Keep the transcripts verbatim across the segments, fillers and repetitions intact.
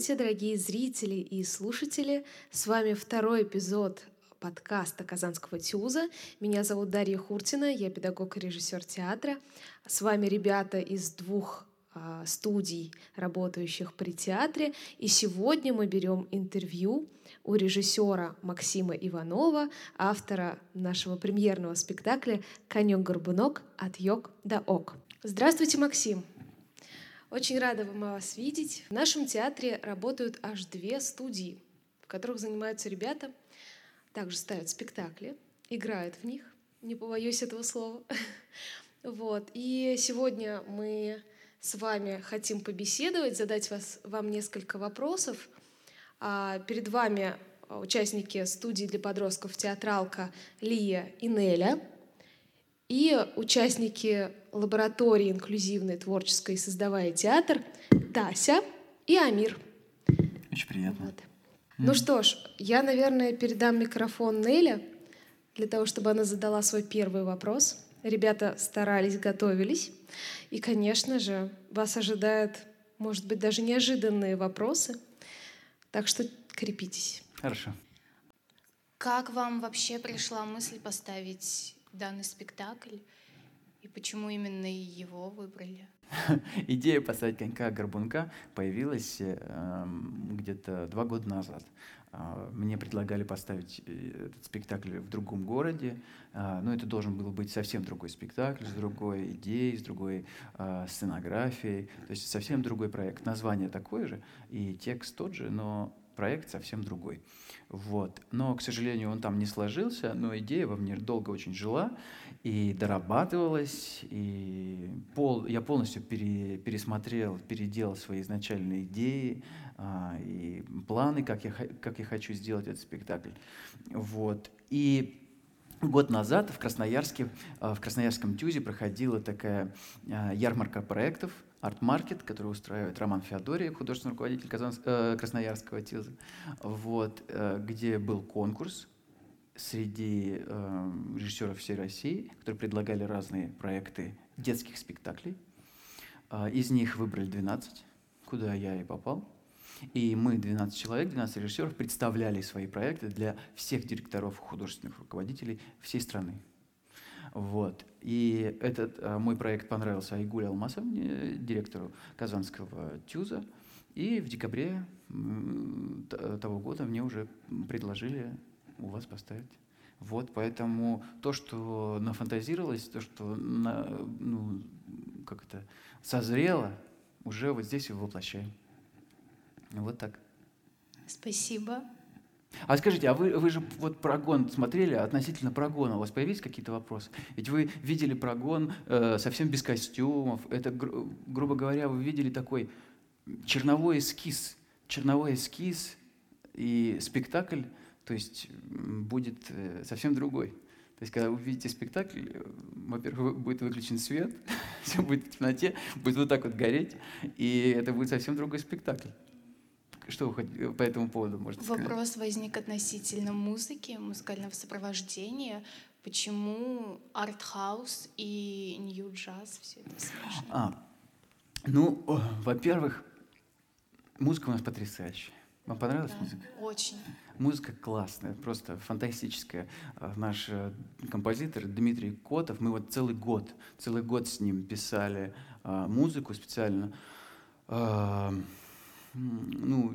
Здравствуйте, дорогие зрители и слушатели! С вами второй эпизод подкаста Казанского ТЮЗа. Меня зовут Дарья Хуртина, я педагог и режиссер театра. С вами ребята из двух а, студий, работающих при театре. И сегодня мы берем интервью у режиссера Максима Иванова, автора нашего премьерного спектакля «Конек-горбунок. От йог до ок». Здравствуйте, Максим! Очень рада вас видеть. В нашем театре работают аж две студии, в которых занимаются ребята, также ставят спектакли, играют в них, не побоюсь этого слова. Вот. И сегодня мы с вами хотим побеседовать, задать вас, вам несколько вопросов. А перед вами участники студии для подростков «Театралка» Лия и Неля, и участники лаборатории инклюзивной, творческой «Создавая театр» Тася и Амир. Очень приятно. Вот. Mm. Ну что ж, я, наверное, передам микрофон Неле для того, чтобы она задала свой первый вопрос. Ребята старались, готовились. И, конечно же, вас ожидают, может быть, даже неожиданные вопросы. Так что крепитесь. Хорошо. Как вам вообще пришла мысль поставить данный спектакль? И почему именно его выбрали? Идея поставить «Конька-горбунка» появилась э, где-то два года назад. Э, мне предлагали поставить этот спектакль в другом городе, э, но это должен был быть совсем другой спектакль, с другой идеей, с другой э, сценографией, то есть совсем другой проект. Название такое же и текст тот же, но проект совсем другой. Вот. Но, к сожалению, он там не сложился, но идея во мне долго очень жила и дорабатывалась. И пол, я полностью пере, пересмотрел, переделал свои изначальные идеи а, и планы, как я, как я хочу сделать этот спектакль. Вот. И год назад в Красноярске, в Красноярском ТЮЗе проходила такая ярмарка проектов, арт-маркет, который устраивает Роман Феодориев, художественный руководитель Казанс... э, Красноярского ТЮЗа, вот, э, где был конкурс среди э, режиссеров всей России, которые предлагали разные проекты детских спектаклей. Э, из них выбрали двенадцать, куда я и попал. И мы, двенадцать человек, двенадцать режиссеров, представляли свои проекты для всех директоров и художественных руководителей всей страны. Вот. И этот а, мой проект понравился Айгуле Алмасовне, директору Казанского ТЮЗа. И в декабре м, того года мне уже предложили у вас поставить. Вот, поэтому то, что нафантазировалось, то, что на, ну, как это, созрело, уже вот здесь и воплощаем. Вот так. Спасибо. А скажите, а вы, вы же вот прогон смотрели, относительно прогона у вас появились какие-то вопросы? Ведь вы видели прогон э, совсем без костюмов. Это, гру, грубо говоря, вы видели такой черновой эскиз. Черновой эскиз и спектакль, то есть будет э, совсем другой. То есть, когда вы увидите спектакль, во-первых, будет выключен свет, все будет в темноте, будет вот так вот гореть, и это будет совсем другой спектакль. Что вы хоть по этому поводу можете сказать? Вопрос возник относительно музыки, музыкального сопровождения. Почему арт-хаус и нью-джаз, все это смешано? А, ну, о, во-первых, музыка у нас потрясающая. Вам понравилась Да, музыка? Очень. Музыка классная, просто фантастическая. Наш композитор Дмитрий Котов, мы вот целый год, целый год с ним писали а, музыку специально. А, ну,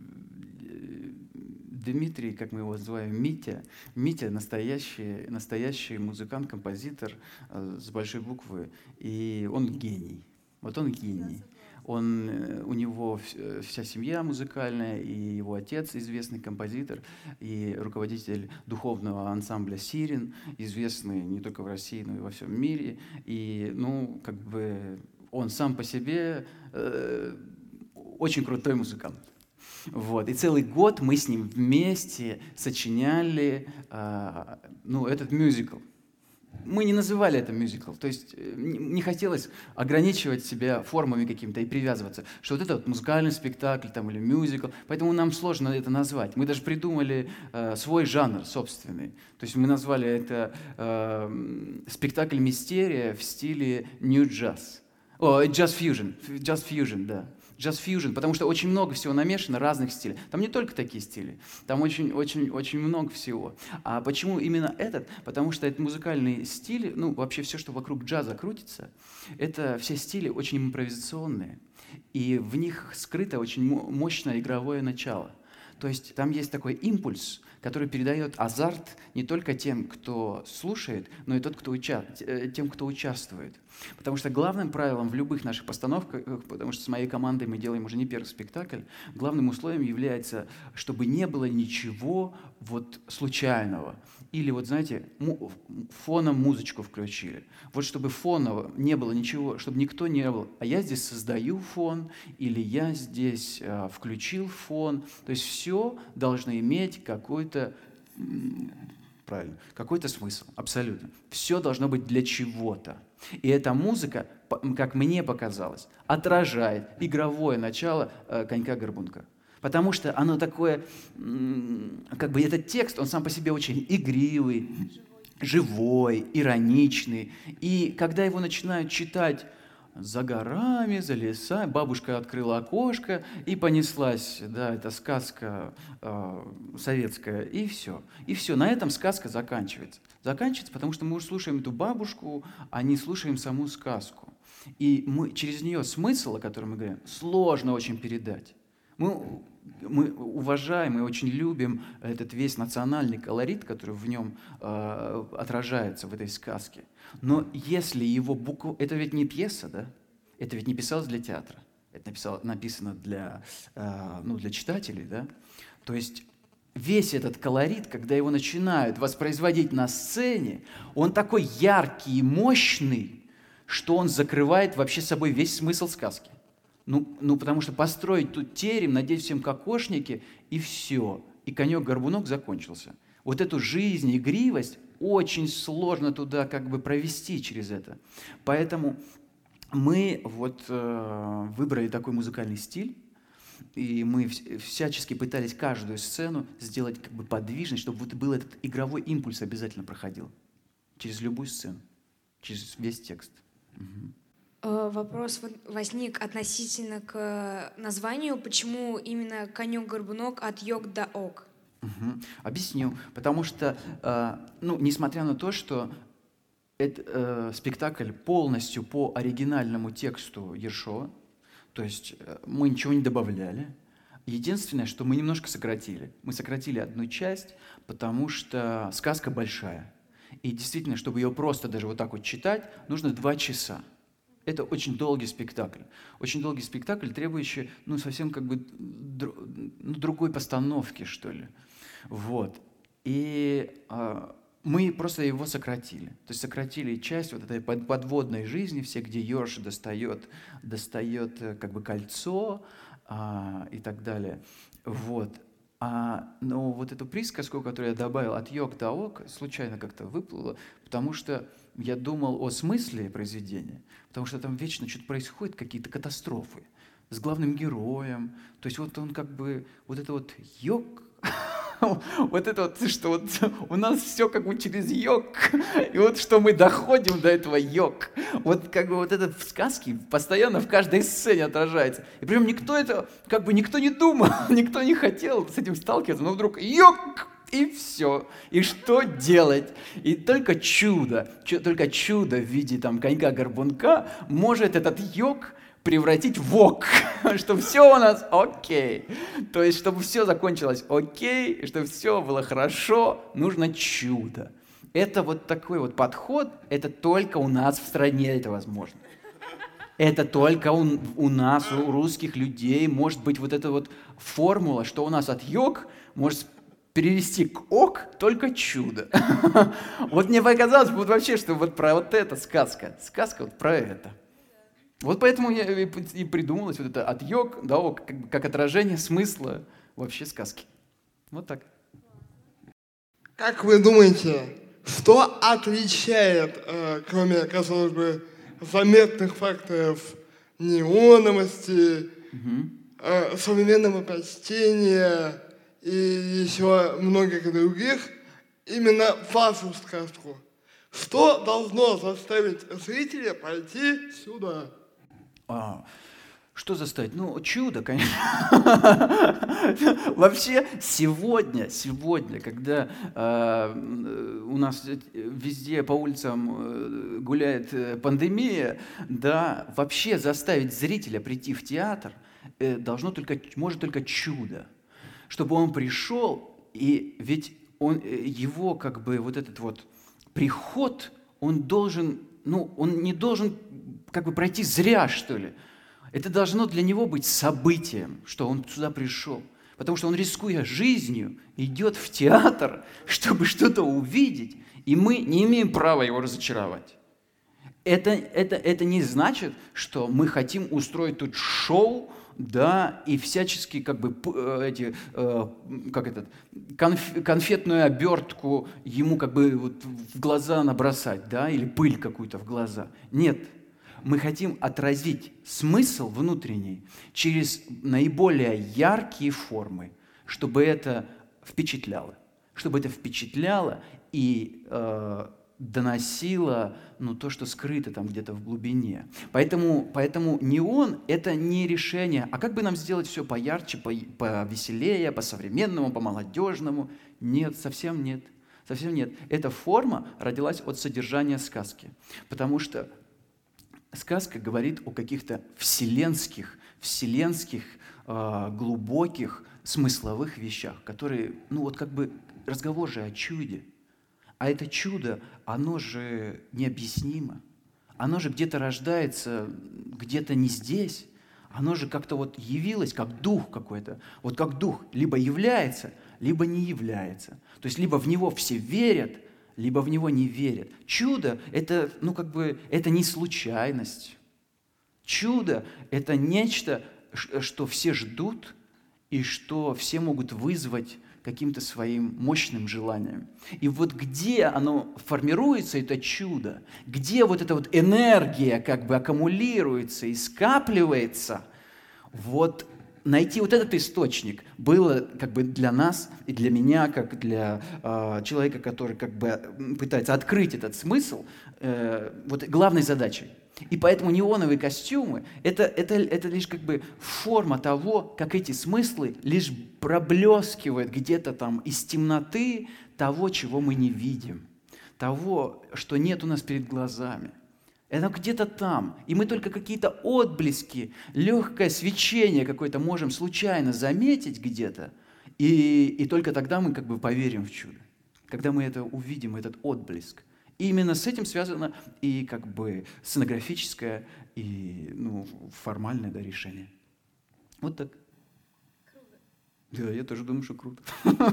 Дмитрий, как мы его называем, Митя, Митя настоящий, настоящий музыкант, композитор э, с большой буквы, и он гений. Вот он гений. Он, у него вся семья музыкальная, и его отец известный композитор, и руководитель духовного ансамбля «Сирен», известный не только в России, но и во всем мире. И, ну, как бы он сам по себе э, очень крутой музыкант. Вот. И целый год мы с ним вместе сочиняли э, ну, этот мюзикл. Мы не называли это мюзикл, то есть не хотелось ограничивать себя формами какими-то и привязываться, что вот это вот музыкальный спектакль там, или мюзикл, поэтому нам сложно это назвать. Мы даже придумали э, свой жанр собственный, то есть мы назвали это э, спектакль «Мистерия» в стиле нью-джаз, о, джаз-фьюжн, джаз-фьюжн, да. джаз-фьюжн, потому что очень много всего намешано, разных стилей. Там не только такие стили, там очень-очень-очень много всего. А почему именно этот? Потому что это музыкальные стили, ну, вообще все, что вокруг джаза крутится, это все стили очень импровизационные, и в них скрыто очень мощное игровое начало. То есть там есть такой импульс, который передает азарт не только тем, кто слушает, но и тот, кто уча... тем, кто участвует. Потому что главным правилом в любых наших постановках, потому что с моей командой мы делаем уже не первый спектакль, главным условием является, чтобы не было ничего вот случайного. Или вот, знаете, фоном музычку включили. Вот чтобы фоново не было ничего, чтобы никто не был, а я здесь создаю фон, или я здесь э, включил фон. То есть все должно иметь какой-то, правильно, какой-то смысл, абсолютно. Все должно быть для чего-то. И эта музыка, как мне показалось, отражает игровое начало э, «Конька-горбунка». Потому что оно такое, как бы этот текст, он сам по себе очень игривый, живой, ироничный. И когда его начинают читать за горами, за лесами, бабушка открыла окошко и понеслась, да, это сказка э, советская, и все. И все, на этом сказка заканчивается. Заканчивается, потому что мы уже слушаем эту бабушку, а не слушаем саму сказку. И мы, через нее смысл, о котором мы говорим, сложно очень передать. Мы, мы уважаем и очень любим этот весь национальный колорит, который в нем э, отражается в этой сказке. Но если его букву... Это ведь не пьеса, да? Это ведь не писалось для театра. Это написало, написано для, э, ну, для читателей, да? То есть весь этот колорит, когда его начинают воспроизводить на сцене, он такой яркий и мощный, что он закрывает вообще собой весь смысл сказки. Ну, ну, потому что построить тут терем, надеть всем кокошники, и все. И конек-горбунок закончился. Вот эту жизнь, игривость очень сложно туда как бы провести через это. Поэтому мы вот э, выбрали такой музыкальный стиль, и мы всячески пытались каждую сцену сделать как бы подвижной, чтобы вот был этот игровой импульс обязательно проходил через любую сцену, через весь текст. Угу. Вопрос возник относительно к названию. Почему именно «Конек-горбунок» от йог до ок? Угу. Объясню. Потому что, э, ну, несмотря на то, что этот э, спектакль полностью по оригинальному тексту Ершова, то есть э, мы ничего не добавляли. Единственное, что мы немножко сократили. Мы сократили одну часть, потому что сказка большая. И действительно, чтобы ее просто даже вот так вот читать, нужно два часа. Это очень долгий спектакль. Очень долгий спектакль, требующий, ну, совсем как бы др- ну, другой постановки, что ли. Вот. И э, мы просто его сократили. То есть сократили часть вот этой подводной жизни, все, где Йорш достает, достает как бы кольцо э, и так далее. Вот. А, но вот эту присказку, которую я добавил от йог до ок, случайно как-то выплыла, потому что я думал о смысле произведения, потому что там вечно что-то происходит, какие-то катастрофы с главным героем. То есть вот он как бы, вот это вот йог, вот это вот, что вот у нас все как бы через йог, и вот что мы доходим до этого йог. Вот как бы вот это в сказке постоянно в каждой сцене отражается. И прям никто это, как бы никто не думал, никто не хотел с этим сталкиваться, но вдруг йог! И все. И что делать? И только чудо, только чудо в виде там конька-горбунка может этот йог превратить в ок, чтобы все у нас окей. То есть, чтобы все закончилось окей, чтобы все было хорошо, нужно чудо. Это вот такой вот подход, это только у нас в стране это возможно. Это только у, у нас, у русских людей может быть вот эта вот формула, что у нас от йог может перевести к ок только чудо. Вот мне показалось, вот вообще, что вот про вот это сказка. Сказка вот про это. Вот поэтому я и придумалось вот это от йог до ок, как, как отражение смысла вообще сказки. Вот так. Как вы думаете, что отличает, э, кроме, казалось бы, заметных факторов неоновости, угу. э, современного прочтения и еще многих других, именно вашу сказку? Что должно заставить зрителя пойти сюда? А, Что заставить? Ну, чудо, конечно. Вообще, сегодня, сегодня, когда э, у нас везде по улицам гуляет пандемия, да, вообще заставить зрителя прийти в театр э, должно только, может только чудо. Чтобы он пришел, и ведь он, его как бы вот этот вот приход, он должен, ну, он не должен как бы пройти зря, что ли. Это должно для него быть событием, что он сюда пришел. Потому что он, рискуя жизнью, идет в театр, чтобы что-то увидеть, и мы не имеем права его разочаровать. Это, это, это не значит, что мы хотим устроить тут шоу, да, и всячески как бы эти, э, как этот, конф, конфетную обертку ему как бы вот в глаза набросать, да, или пыль какую-то в глаза. Нет. Мы хотим отразить смысл внутренний через наиболее яркие формы, чтобы это впечатляло, чтобы это впечатляло и э, доносило, ну, то, что скрыто там где-то в глубине. Поэтому, поэтому неон – это не решение, а как бы нам сделать все поярче, по, повеселее, по-современному, по-молодежному? Нет, совсем нет. Совсем нет. Эта форма родилась от содержания сказки, потому что сказка говорит о каких-то вселенских, вселенских, э, глубоких, смысловых вещах, которые, ну вот как бы разговор же о чуде. А это чудо, оно же необъяснимо. Оно же где-то рождается, где-то не здесь. Оно же как-то вот явилось, как дух какой-то. Вот как дух либо является, либо не является. То есть либо в него все верят, либо в него не верят. Чудо – это, ну, как бы, это не случайность. Чудо – это нечто, что все ждут и что все могут вызвать каким-то своим мощным желанием. И вот где оно формируется, это чудо, где вот эта вот энергия как бы аккумулируется и скапливается, вот найти вот этот источник было как бы для нас и для меня, как для э, человека, который как бы пытается открыть этот смысл, э, вот главной задачей. И поэтому неоновые костюмы это, это, это лишь как бы форма того, как эти смыслы лишь проблескивают где-то там из темноты того, чего мы не видим, того, что нет у нас перед глазами. Это где-то там. И мы только какие-то отблески, легкое свечение какое-то можем случайно заметить где-то, и, и только тогда мы как бы поверим в чудо. Когда мы это увидим, этот отблеск. И именно с этим связано и как бы сценографическое, и ну, формальное, да, решение. Вот так. Круто. Да, я тоже думаю, что круто.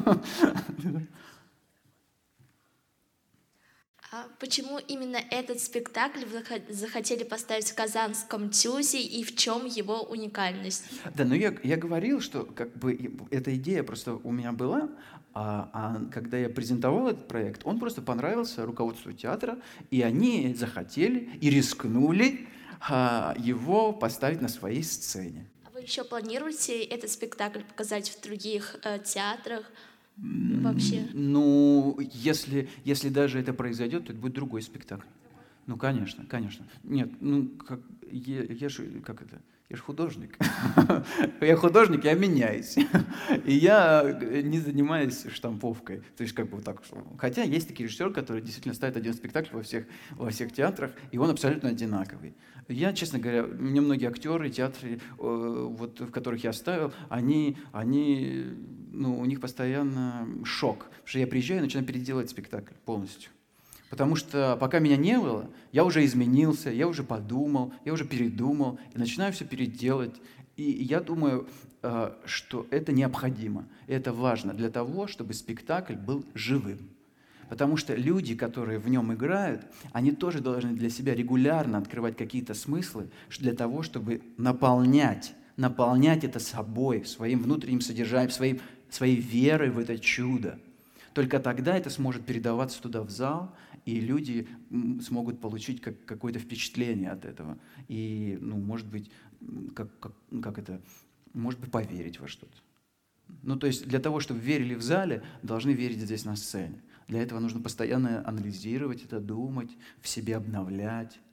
А почему именно этот спектакль вы захотели поставить в Казанском ТЮЗе и в чем его уникальность? Да, но я, я говорил, что как бы эта идея просто у меня была, а, а когда я презентовал этот проект, он просто понравился руководству театра, и они захотели и рискнули а, его поставить на своей сцене. А вы еще планируете этот спектакль показать в других э, театрах? Вообще. Ну, если, если даже это произойдет, то это будет другой спектакль. Ну, конечно, конечно. Нет, ну, как, я, я же, как это, я же художник. Я художник, я меняюсь. И я не занимаюсь штамповкой. То есть, как бы вот так. Хотя есть такие режиссеры, которые действительно ставят один спектакль во всех, во всех театрах, и он абсолютно одинаковый. Я, честно говоря, мне многие актеры, театры, вот, в которых я ставил, они, они, ну, у них постоянно шок. Потому что я приезжаю и начинаю переделать спектакль полностью. Потому что пока меня не было, я уже изменился, я уже подумал, я уже передумал, и начинаю все переделать. И я думаю, что это необходимо, это важно для того, чтобы спектакль был живым. Потому что люди, которые в нем играют, они тоже должны для себя регулярно открывать какие-то смыслы для того, чтобы наполнять, наполнять это собой, своим внутренним содержанием, своей, своей верой в это чудо. Только тогда это сможет передаваться туда в зал, и люди смогут получить как, какое-то впечатление от этого. И, ну, может быть, как, как, как это, может быть, поверить во что-то. Ну, то есть для того, чтобы верили в зале, должны верить здесь на сцене. Для этого нужно постоянно анализировать это, думать, в себе обновлять,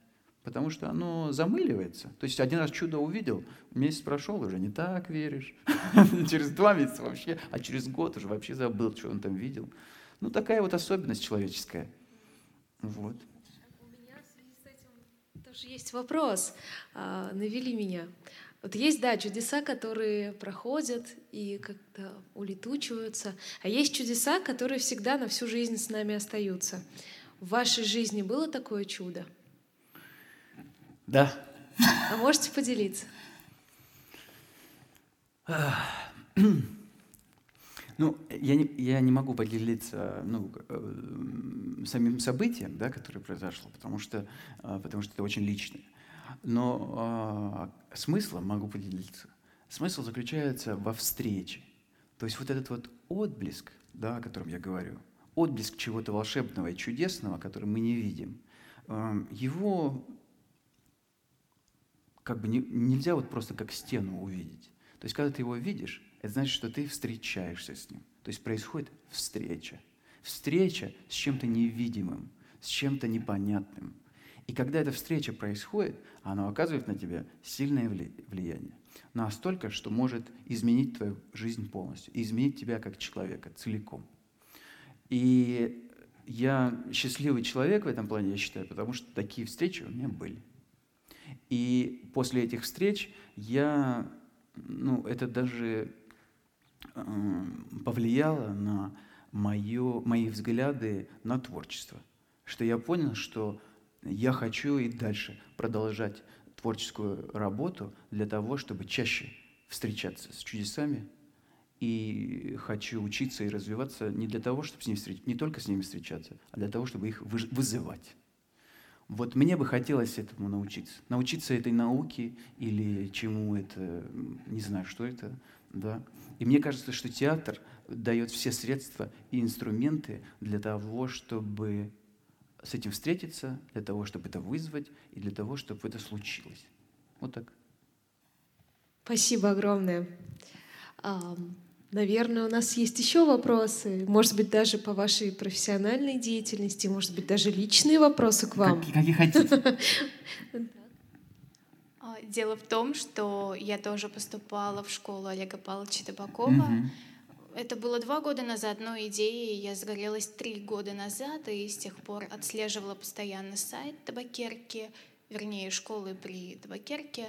потому что оно замыливается. То есть один раз чудо увидел, месяц прошел, уже не так веришь. Через два месяца вообще, а через год уже вообще забыл, что он там видел. Ну, такая вот особенность человеческая. Вот. У меня в связи с этим тоже есть вопрос. А, навели меня. Вот есть, да, чудеса, которые проходят и как-то улетучиваются, а есть чудеса, которые всегда на всю жизнь с нами остаются. В вашей жизни было такое чудо? Да. А можете поделиться? Ну, я не, я не могу поделиться ну, э, самим событием, да, которое произошло, потому что, э, потому что это очень личное. Но э, смыслом могу поделиться. Смысл заключается во встрече. То есть вот этот вот отблеск, да, о котором я говорю, отблеск чего-то волшебного и чудесного, который мы не видим, э, его как бы не, нельзя вот просто как стену увидеть. То есть когда ты его видишь, это значит, что ты встречаешься с ним. То есть происходит встреча. Встреча с чем-то невидимым, с чем-то непонятным. И когда эта встреча происходит, она оказывает на тебя сильное влияние. Настолько, что может изменить твою жизнь полностью, и изменить тебя как человека целиком. И я счастливый человек в этом плане, я считаю, потому что такие встречи у меня были. И после этих встреч я, ну, это даже э, повлияло на моё, мои взгляды на творчество. Что я понял, что я хочу и дальше продолжать творческую работу для того, чтобы чаще встречаться с чудесами. И хочу учиться и развиваться не для того, чтобы с ними встреч... не только с ними встречаться, а для того, чтобы их вызывать. Вот мне бы хотелось этому научиться. Научиться этой науке или чему это, не знаю, что это. Да? И мне кажется, что театр дает все средства и инструменты для того, чтобы с этим встретиться, для того, чтобы это вызвать, и для того, чтобы это случилось. Вот так. Спасибо огромное. Наверное, у нас есть еще вопросы, может быть, даже по вашей профессиональной деятельности, может быть, даже личные вопросы к вам. Как, какие хотите. Дело в том, что я тоже поступала в школу Олега Павловича Табакова. Мгм. Это было два года назад, но идеей я загорелась три года назад, и с тех пор отслеживала постоянно сайт Табакерки, вернее, школы при Табакерке.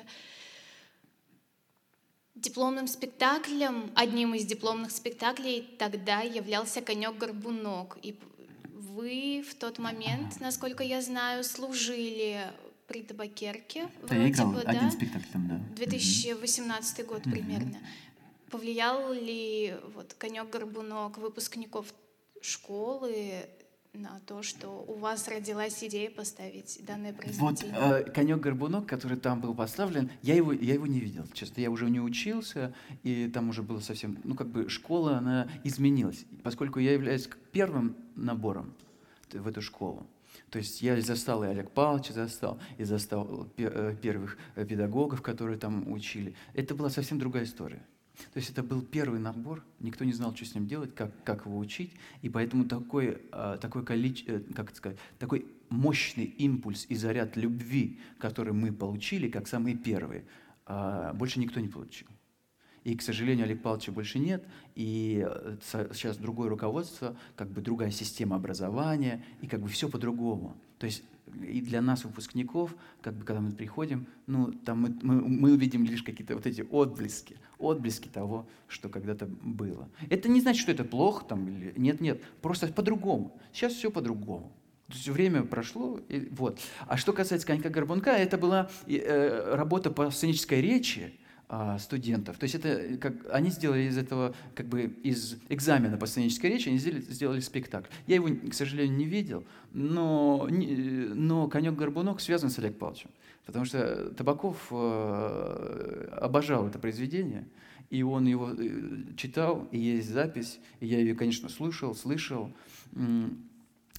Дипломным спектаклем, одним из дипломных спектаклей тогда являлся «Конек-горбунок». И вы в тот момент, насколько я знаю, служили при Табакерке. Да, я играл бы, один да? спектакль там, да. две тысячи восемнадцатый год Мгм. примерно. Повлиял ли вот «Конек-горбунок» выпускников школы на то, что у вас родилась идея поставить данное Вот произведение? э, конек-горбунок, который там был поставлен, я его, я его не видел. Честно, я уже не учился, и там уже было совсем, ну как бы школа, она изменилась, поскольку я являюсь первым набором в эту школу. То есть я застал и Олег Павловича застал, и застал пе- э, первых э, педагогов, которые там учили. Это была совсем другая история. То есть это был первый набор, никто не знал, что с ним делать, как, как его учить, и поэтому такой, а, такой, количе- э, как это сказать, такой мощный импульс и заряд любви, который мы получили, как самые первые, а, больше никто не получил. И, к сожалению, Олега Павловича больше нет, и э, со- сейчас другое руководство, как бы другая система образования, и как бы все по-другому. То есть и для нас, выпускников, как бы, когда мы приходим, ну, там мы, мы, мы увидим лишь какие-то вот эти отблески, отблески того, что когда-то было. Это не значит, что это плохо, там, или нет-нет, просто по-другому. Сейчас все по-другому. То есть время прошло, и вот. А что касается «Конька-горбунка», это была э, работа по сценической речи а, студентов. То есть это, как, они сделали из этого, как бы из экзамена по сценической речи, они сделали, сделали спектакль. Я его, к сожалению, не видел, но, не- но «Конек-горбунок» связан с Олегом Павловичем, потому что Табаков э, обожал это произведение, и он его э, читал, и есть запись, и я ее, конечно, слушал, слышал. М,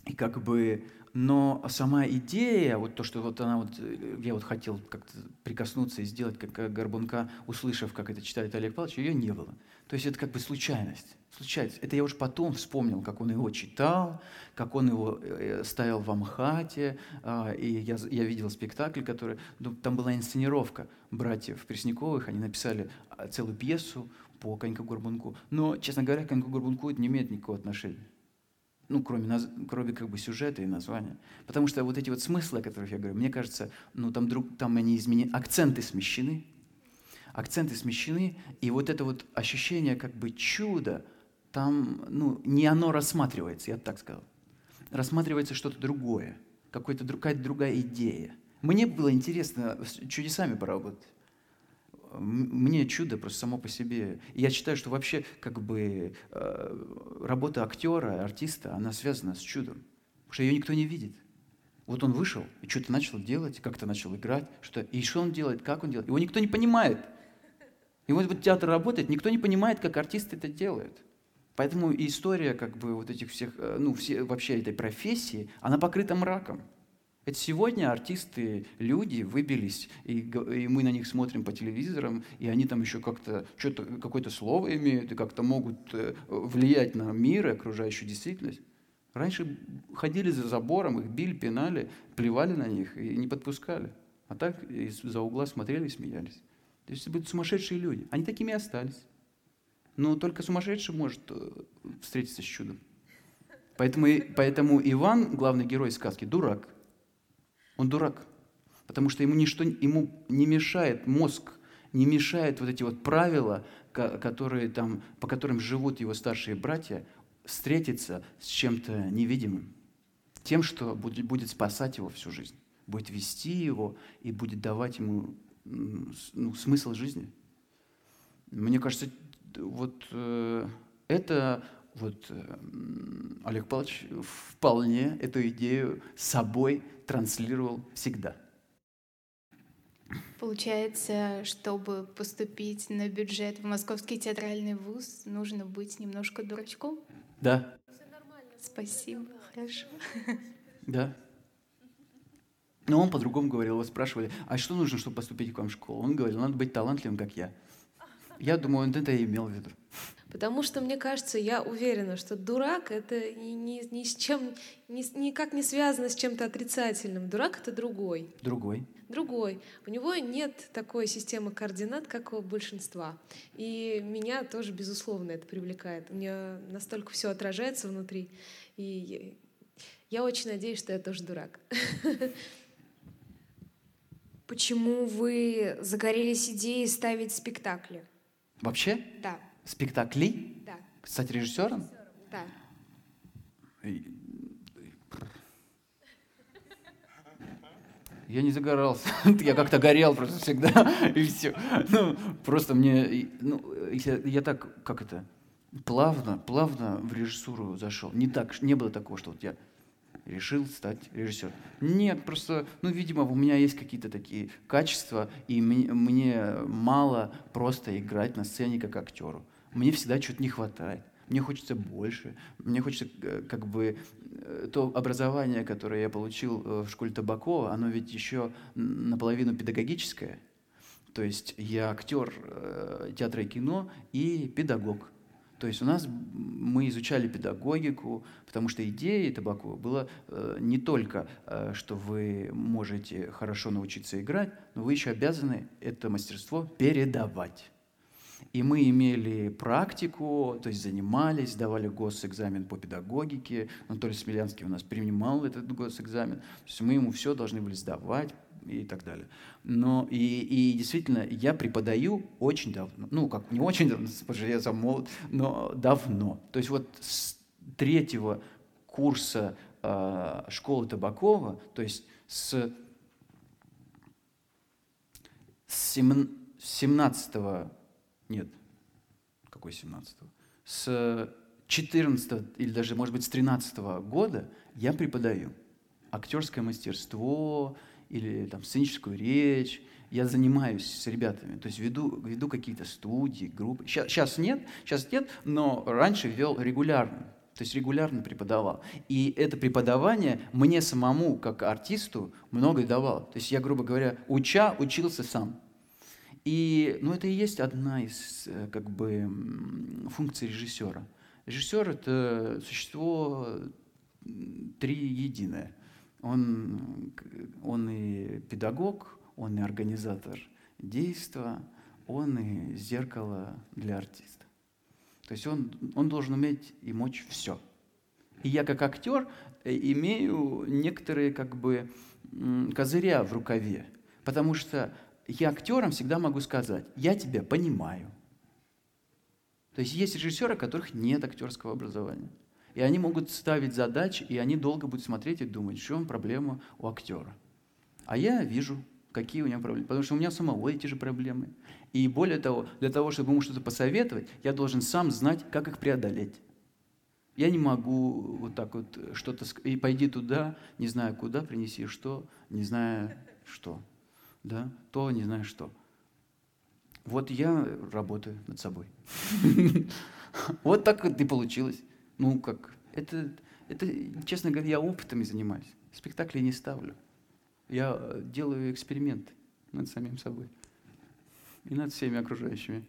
И как бы, но сама идея, вот то, что вот она вот, я вот хотел как-то прикоснуться и сделать, как Горбунка, услышав, как это читает Олег Павлович, ее не было. То есть это как бы случайность. Случайность. Это я уже потом вспомнил, как он его читал, как он его ставил в Амхате, и я, я видел спектакль, который, ну, там была инсценировка братьев Пресняковых, они написали целую пьесу по Коньку-Горбунку. Но, честно говоря, к Коньку-Горбунку это не имеет никакого отношения. Ну, кроме, кроме как бы сюжета и названия. Потому что вот эти вот смыслы, о которых я говорю, мне кажется, ну, там, друг, там они изменены, акценты смещены, акценты смещены, и вот это вот ощущение как бы чуда, там, ну, не оно рассматривается, я бы так сказал. Рассматривается что-то другое, какая-то другая идея. Мне было интересно с чудесами поработать. Мне чудо просто само по себе. И я считаю, что вообще как бы работа актера, артиста, она связана с чудом. Потому что ее никто не видит. Вот он вышел и что-то начал делать, как-то начал играть. Что, и что он делает, как он делает. Его никто не понимает. И вот, вот театр работает, никто не понимает, как артисты это делают. Поэтому и история как бы вот этих всех, ну, все, вообще этой профессии, она покрыта мраком. Это сегодня артисты, люди выбились, и, и мы на них смотрим по телевизорам, и они там еще как-то, что-то, какое-то слово имеют, и как-то могут влиять на мир и окружающую действительность. Раньше ходили за забором, их били, пинали, плевали на них и не подпускали. А так из-за угла смотрели и смеялись. То есть это были сумасшедшие люди. Они такими и остались. Но только сумасшедший может встретиться с чудом. Поэтому, поэтому Иван, главный герой сказки, дурак. Он дурак, потому что ему ничто ему не мешает мозг, не мешает вот эти вот правила, которые там, по которым живут его старшие братья, встретиться с чем-то невидимым, тем, что будет, будет спасать его всю жизнь, будет вести его и будет давать ему, ну, смысл жизни. Мне кажется, вот э, это вот э, Олег Павлович вполне эту идею с собой транслировал всегда. Получается, чтобы поступить на бюджет в Московский театральный вуз, нужно быть немножко дурачком? Да. Спасибо, хорошо. Да. Но он по-другому говорил. Его спрашивали, а что нужно, чтобы поступить к вам в школу? Он говорил, надо быть талантливым, как я. Я думаю, он это и имел в виду. Потому что, мне кажется, я уверена, что дурак — это ни, ни, ни с чем, ни, никак не связано с чем-то отрицательным. Дурак — это другой. Другой. Другой. У него нет такой системы координат, как у большинства. И меня тоже, безусловно, это привлекает. У меня настолько все отражается внутри. И я очень надеюсь, что я тоже дурак. Почему вы загорелись идеей ставить спектакли? Вообще? Да. Спектакли? Да. Стать режиссером? Да. Я не загорался. Я как-то горел просто всегда, и все. Ну, просто мне... Ну, я, я так, как это, плавно, плавно в режиссуру зашел. Не так, не было такого, что вот я решил стать режиссером. Нет, просто, ну, видимо, у меня есть какие-то такие качества, и мне, мне мало просто играть на сцене как актеру. Мне всегда чего-то не хватает. Мне хочется больше. Мне хочется, как бы, то образование, которое я получил в школе Табакова, оно ведь еще наполовину педагогическое. То есть я актер театра и кино и педагог. То есть у нас мы изучали педагогику, потому что идеей Табакова было не только, что вы можете хорошо научиться играть, но вы еще обязаны это мастерство передавать. И мы имели практику, то есть занимались, давали госэкзамен по педагогике. Анатолий Смелянский у нас принимал этот госэкзамен. То есть мы ему все должны были сдавать и так далее. Но и, и действительно, я преподаю очень давно. Ну, как не очень давно, потому что я сам молод, но давно. То есть вот с третьего курса э, школы Табакова, то есть с семнадцатого... Нет, какой семнадцатого? С четырнадцатого или даже, может быть, с тринадцатого года я преподаю актерское мастерство или там сценическую речь. Я занимаюсь с ребятами, то есть веду, веду какие-то студии, группы. Сейчас, сейчас нет, сейчас нет, но раньше вел регулярно. То есть регулярно преподавал. И это преподавание мне самому, как артисту, многое давало. То есть я, грубо говоря, уча, учился сам. И ну, это и есть одна из как бы, функций режиссера. Режиссер — это существо триединое. Он, он и педагог, он и организатор действа, он и зеркало для артиста. То есть он, он должен уметь и мочь все. И я как актер имею некоторые как бы козыря в рукаве, потому что я актерам всегда могу сказать: я тебя понимаю. То есть есть режиссеры, у которых нет актерского образования. И они могут ставить задачи, и они долго будут смотреть и думать, что проблема у актера. А я вижу, какие у него проблемы. Потому что у меня самого эти же проблемы. И более того, для того, чтобы ему что-то посоветовать, я должен сам знать, как их преодолеть. Я не могу вот так вот что-то... И пойди туда, не знаю куда, принеси что, не знаю что. Да? То, не знаю что. Вот я работаю над собой. Вот так вот и получилось. Ну, как, это, это, честно говоря, я опытами занимаюсь. Спектакли не ставлю. Я делаю эксперименты над самим собой. И над всеми окружающими.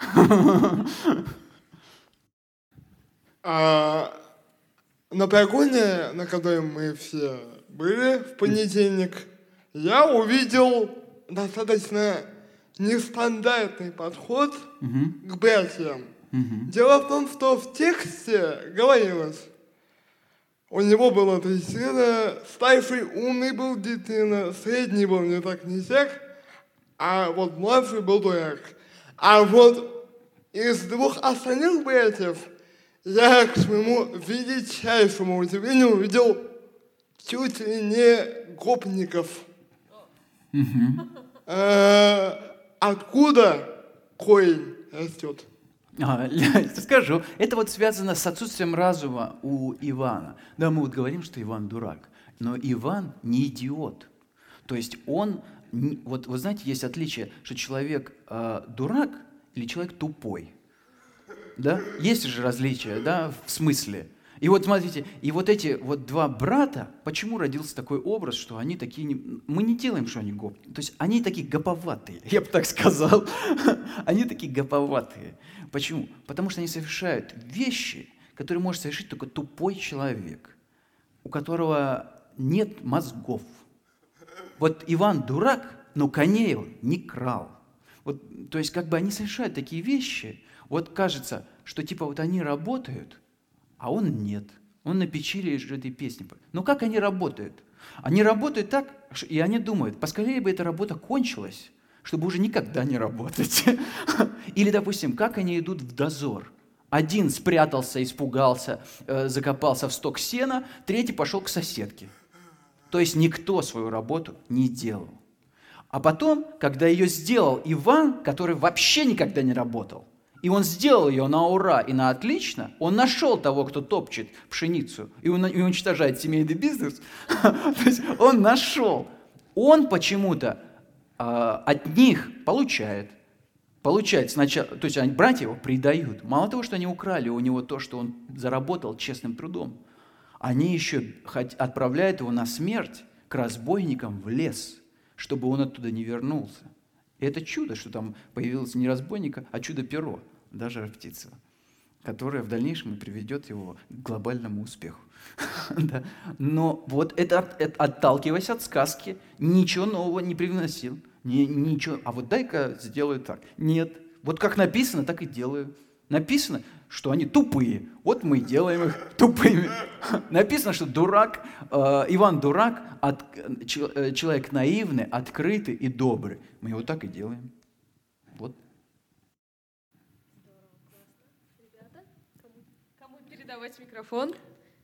А, на прогоне, на котором мы все были в понедельник, я увидел достаточно нестандартный подход Угу. к братьям. Угу. Дело в том, что в тексте говорилось, у него было три сына, старший умный был детина, средний был не так не сяк, а вот младший был дурак. А вот из двух остальных братьев я, к своему величайшему удивлению, увидел чуть ли не гопников. Угу. А, откуда корень растет? А, скажу, это вот связано с отсутствием разума у Ивана. Да, мы вот говорим, что Иван дурак, но Иван не идиот. То есть он, вот вы знаете, есть отличие, что человек э, дурак или человек тупой. Да? Есть же различия, да, в смысле. И вот смотрите, и вот эти вот два брата, почему родился такой образ, что они такие... Не... Мы не делаем, что они гоп. То есть они такие гоповатые, я бы так сказал. Они такие гоповатые. Почему? Потому что они совершают вещи, которые может совершить только тупой человек, у которого нет мозгов. Вот Иван дурак, но коней он не крал. Вот, то есть как бы они совершают такие вещи, вот кажется, что типа вот они работают, а он нет. Он на печи лежит этой песни. Но как они работают? Они работают так, и они думают, поскорее бы эта работа кончилась, чтобы уже никогда не работать. Или, допустим, как они идут в дозор. Один спрятался, испугался, э, закопался в сток сена, третий пошел к соседке. То есть никто свою работу не делал. А потом, когда ее сделал Иван, который вообще никогда не работал, и он сделал ее на ура и на отлично, он нашел того, кто топчет пшеницу и уничтожает семейный бизнес, то есть он нашел. Он почему-то от них получает. Получает сначала, то есть они, братья его предают. Мало того, что они украли у него то, что он заработал честным трудом, они еще отправляют его на смерть к разбойникам в лес, чтобы он оттуда не вернулся. И это чудо, что там появилось не разбойника, а чудо-перо, даже Птицева, которое в дальнейшем и приведет его к глобальному успеху. Но вот это, отталкиваясь от сказки, ничего нового не привносил. Не, ничего. А вот дай-ка сделаю так. Нет. Вот как написано, так и делаю. Написано, что они тупые. Вот мы и делаем их тупыми. Написано, что дурак, э, Иван дурак, от, э, человек наивный, открытый и добрый. Мы его так и делаем. Вот. Ребята, кому, кому передавать микрофон?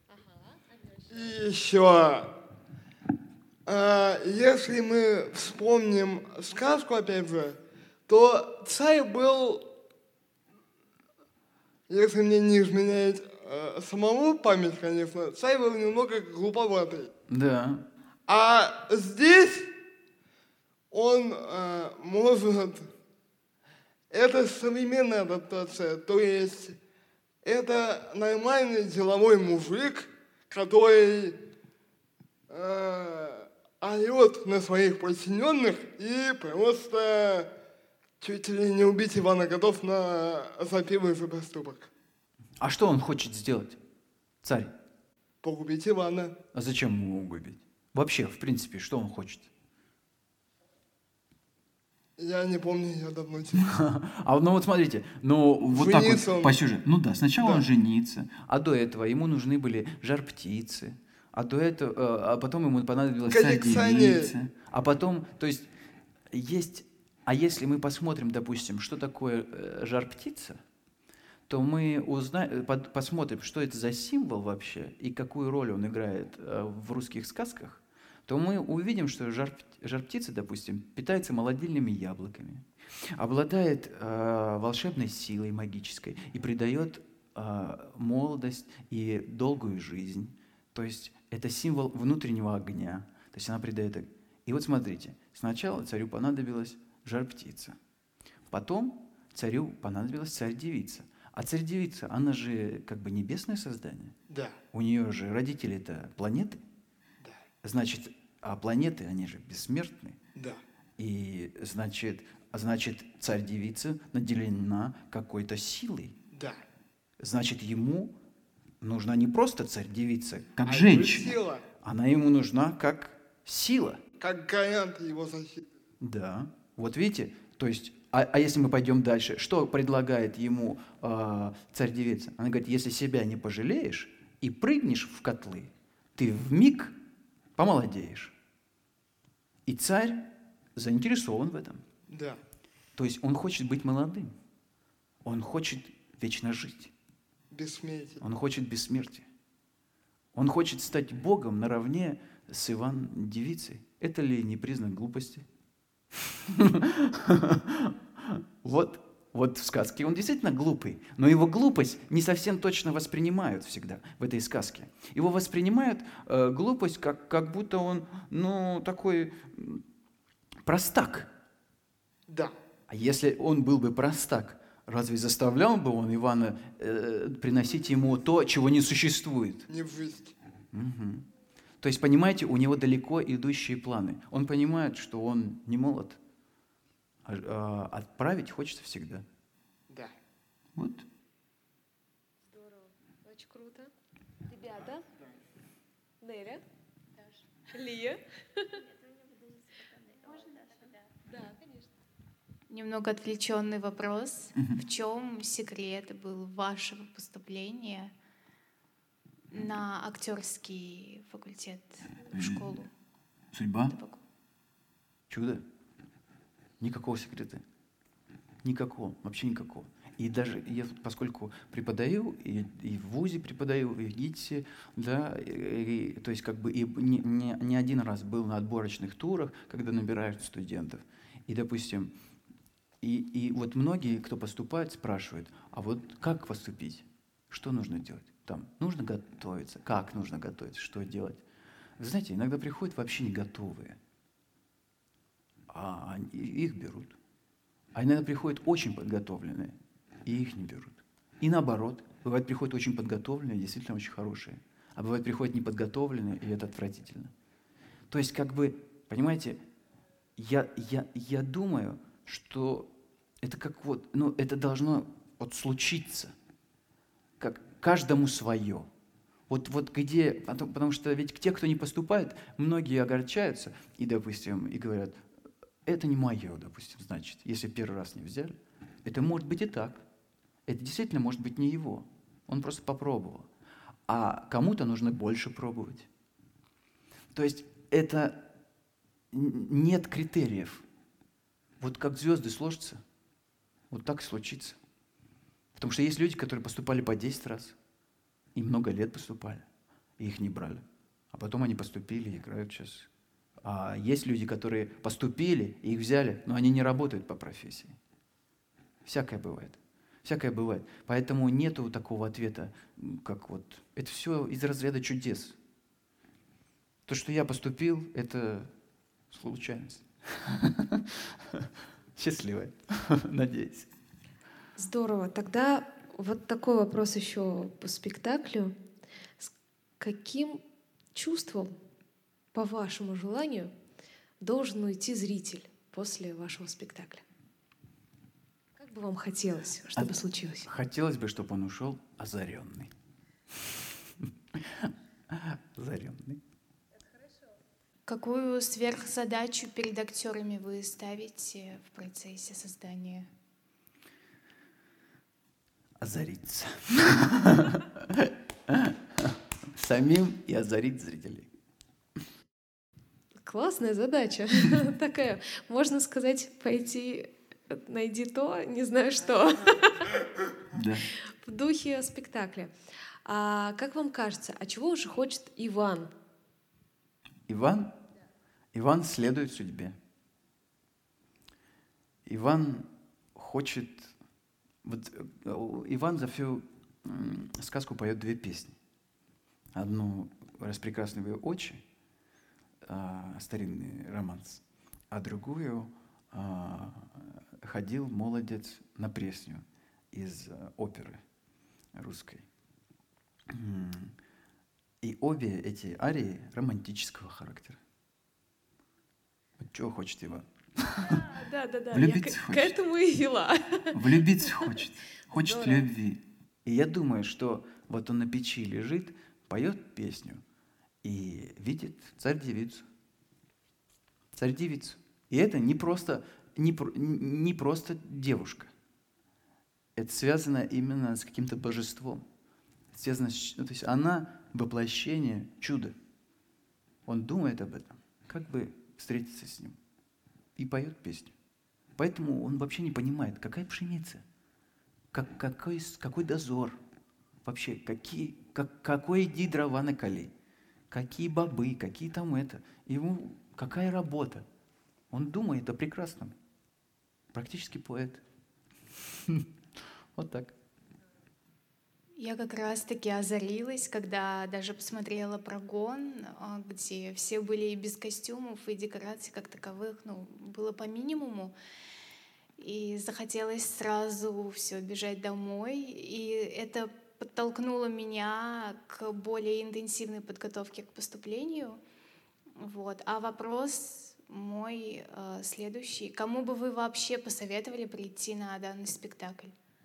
И еще, э, если мы вспомним сказку, опять же, то царь был, если мне не изменяет э, самому память, конечно, царь был немного глуповатый. Да. А здесь он э, может... Это современная адаптация, то есть Это нормальный деловой мужик, который э, орет на своих подчиненных и просто чуть ли не убить Ивана готов на за первый же поступок. А что он хочет сделать, царь? Погубить Ивана. А зачем ему губить? Вообще, в принципе, что он хочет? Я не помню, я давно читал. А ну вот смотрите, ну вот так Жениться вот он- по сюжету. Ну да, сначала Да. он женится, а до этого ему нужны были жар-птицы, а до этого, э, а потом ему понадобилась Коллекционер. царь-девица, а потом, то есть есть, а если мы посмотрим, допустим, что такое э, жар-птица, то мы узнаем, под- посмотрим, что это за символ вообще и какую роль он играет э, в русских сказках, то мы увидим, что жар, жар-птица, допустим, питается молодильными яблоками, обладает э, волшебной силой магической и придает э, молодость и долгую жизнь. То есть это символ внутреннего огня. То есть она придает... ог- И вот смотрите, сначала царю понадобилась жар-птица, потом царю понадобилась царь-девица. А царь-девица, она же как бы небесное создание. Да, У нее же родители-то планеты. да, Значит, а планеты, они же бессмертны. да, И значит, а значит царь-девица наделена какой-то силой. да. Значит, ему нужна не просто царь-девица, как А женщина. сила, Она ему нужна как сила. как гарант его защиты. Да. Вот видите, то есть, а, а если мы пойдем дальше, что предлагает ему э, царь-девица? Она говорит, если себя не пожалеешь и прыгнешь в котлы, ты вмиг помолодеешь. И царь заинтересован в этом. Да, То есть он хочет быть молодым. Он хочет вечно жить. бессмертие. Он хочет бессмертия. Он хочет стать Богом наравне с Иван-девицей. Это ли не признак глупости? Вот, вот в сказке он действительно глупый, но его глупость не совсем точно воспринимают всегда в этой сказке. Его воспринимают э, глупость, как, как будто он, ну, такой м, простак. Да, А если он был бы простак, разве заставлял бы он Ивана э, приносить ему то, чего не существует? не в жизнь. Мгм. То есть, понимаете, у него далеко идущие планы. Он понимает, что он не молод, а, а отправить хочется всегда. Да. Вот. Здорово, очень круто. Ребята? Неля? Лия? Да, конечно. Немного отвлеченный вопрос. В чем секрет был вашего поступления на актерский факультет в школу? Судьба? ТПК? Чудо? Никакого секрета. Никакого, вообще никакого. И даже я, поскольку преподаю, и, и в ВУЗе преподаю, и в ГИТИСе, да, и, и, то есть как бы и не, не, не один раз был на отборочных турах, когда набирают студентов. И, допустим, и, и вот многие, кто поступает, спрашивают, а вот как поступить? Что нужно делать? Там нужно готовиться? Как нужно готовиться? Что делать? Вы знаете, иногда приходят вообще не готовые, а они- их берут. А иногда приходят очень подготовленные, и их не берут. И наоборот, бывает, приходят очень подготовленные, действительно очень хорошие, а бывает, приходят неподготовленные, и это отвратительно. То есть, как бы, понимаете, я, я, я думаю, что это как вот, ну, это должно вот случиться, как каждому свое. Вот, вот где, потому, потому что ведь те, кто не поступает, многие огорчаются и, допустим, и говорят, это не мое, допустим, значит, если первый раз не взяли. Это может быть и так. Это действительно может быть не его. Он просто попробовал. А кому-то нужно больше пробовать. То есть это н- нет критериев. Вот как звезды сложатся, вот так и случится. Потому что есть люди, которые поступали по десять раз, и много лет поступали, и их не брали. А потом они поступили и играют сейчас. А есть люди, которые поступили, и их взяли, но они не работают по профессии. Всякое бывает. Всякое бывает. Поэтому нету такого ответа, м, как вот... Это все из разряда чудес. То, что я поступил, это случайность. Счастливая, надеюсь. Здорово. Тогда Вот такой вопрос еще по спектаклю. С каким чувством, по вашему желанию, должен уйти зритель после вашего спектакля? Как бы вам хотелось, чтобы А- случилось? Хотелось бы, чтобы он ушел озаренный. Озаренный. Какую сверхзадачу перед актерами вы ставите в процессе создания? Озариться. Самим и озарить зрителей. Классная задача. Такая, можно сказать, пойти найди то, не знаю что, Да. в духе спектакля. А как вам кажется, а чего же хочет Иван? Иван, Иван следует судьбе. Иван хочет... Вот э, Иван за всю м, сказку поет две песни. Одну «Распрекрасные очи», а, старинный романс, а другую а, «Ходил молодец на Пресню» из а, оперы русской. М, И обе эти арии романтического характера. Вот чего хочет Иван? Да, да, да. Влюбиться Я к, к хочет. этому и вела. Влюбиться хочет. Хочет Здорово. любви. И я думаю, что вот он на печи лежит, поет песню и видит царь-девицу. Царь-девицу. И это не просто, не, про- не просто девушка. Это связано именно с каким-то божеством. Связано с, ну, то есть она воплощение чуда. Он думает об этом, как бы встретиться с ним. И поет песню. Поэтому он вообще не понимает, какая пшеница, как, какой, какой дозор, вообще, какие, как, какой иди дрова наколи, какие бобы, какие там это. Ему какая работа. Он думает о прекрасном. Практически поэт. Вот так. Я как раз-таки озарилась, когда даже посмотрела прогон, а, где все были и без костюмов, и декораций как таковых, ну, было по минимуму. И захотелось сразу все бежать домой. И это подтолкнуло меня к более интенсивной подготовке к поступлению. Вот. А вопрос мой э, следующий. Кому бы вы вообще посоветовали прийти на данный спектакль?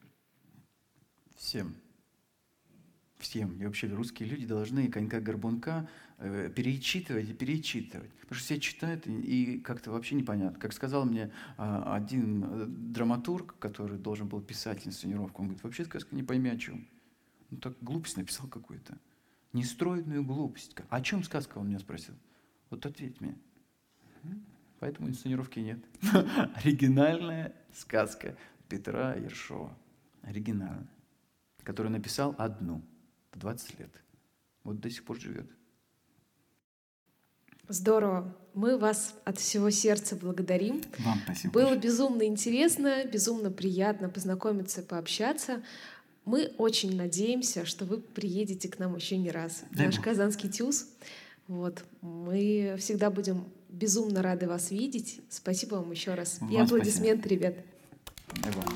Всем. Всем. И вообще русские люди должны конька-горбунка э, перечитывать и перечитывать. Потому что все читают, и, и как-то вообще непонятно. Как сказал мне а, один э, драматург, который должен был писать инсценировку, он говорит, вообще сказка не пойми о чем. Ну так глупость написал какую-то. Нестройную глупость. О чем сказка, он меня спросил. Вот ответь мне. Поэтому инсценировки нет. Оригинальная сказка Петра Ершова. Оригинальная. Который написал одну. В двадцать лет. Вот до сих пор живет. Здорово. Мы вас от всего сердца благодарим. Вам спасибо. Было безумно интересно, безумно приятно познакомиться, пообщаться. Мы очень надеемся, что вы приедете к нам еще не раз. Дай Наш Бог. Казанский ТЮЗ. Вот. Мы всегда будем безумно рады вас видеть. Спасибо вам еще раз. И Вам аплодисменты, ребят. Дай Бог.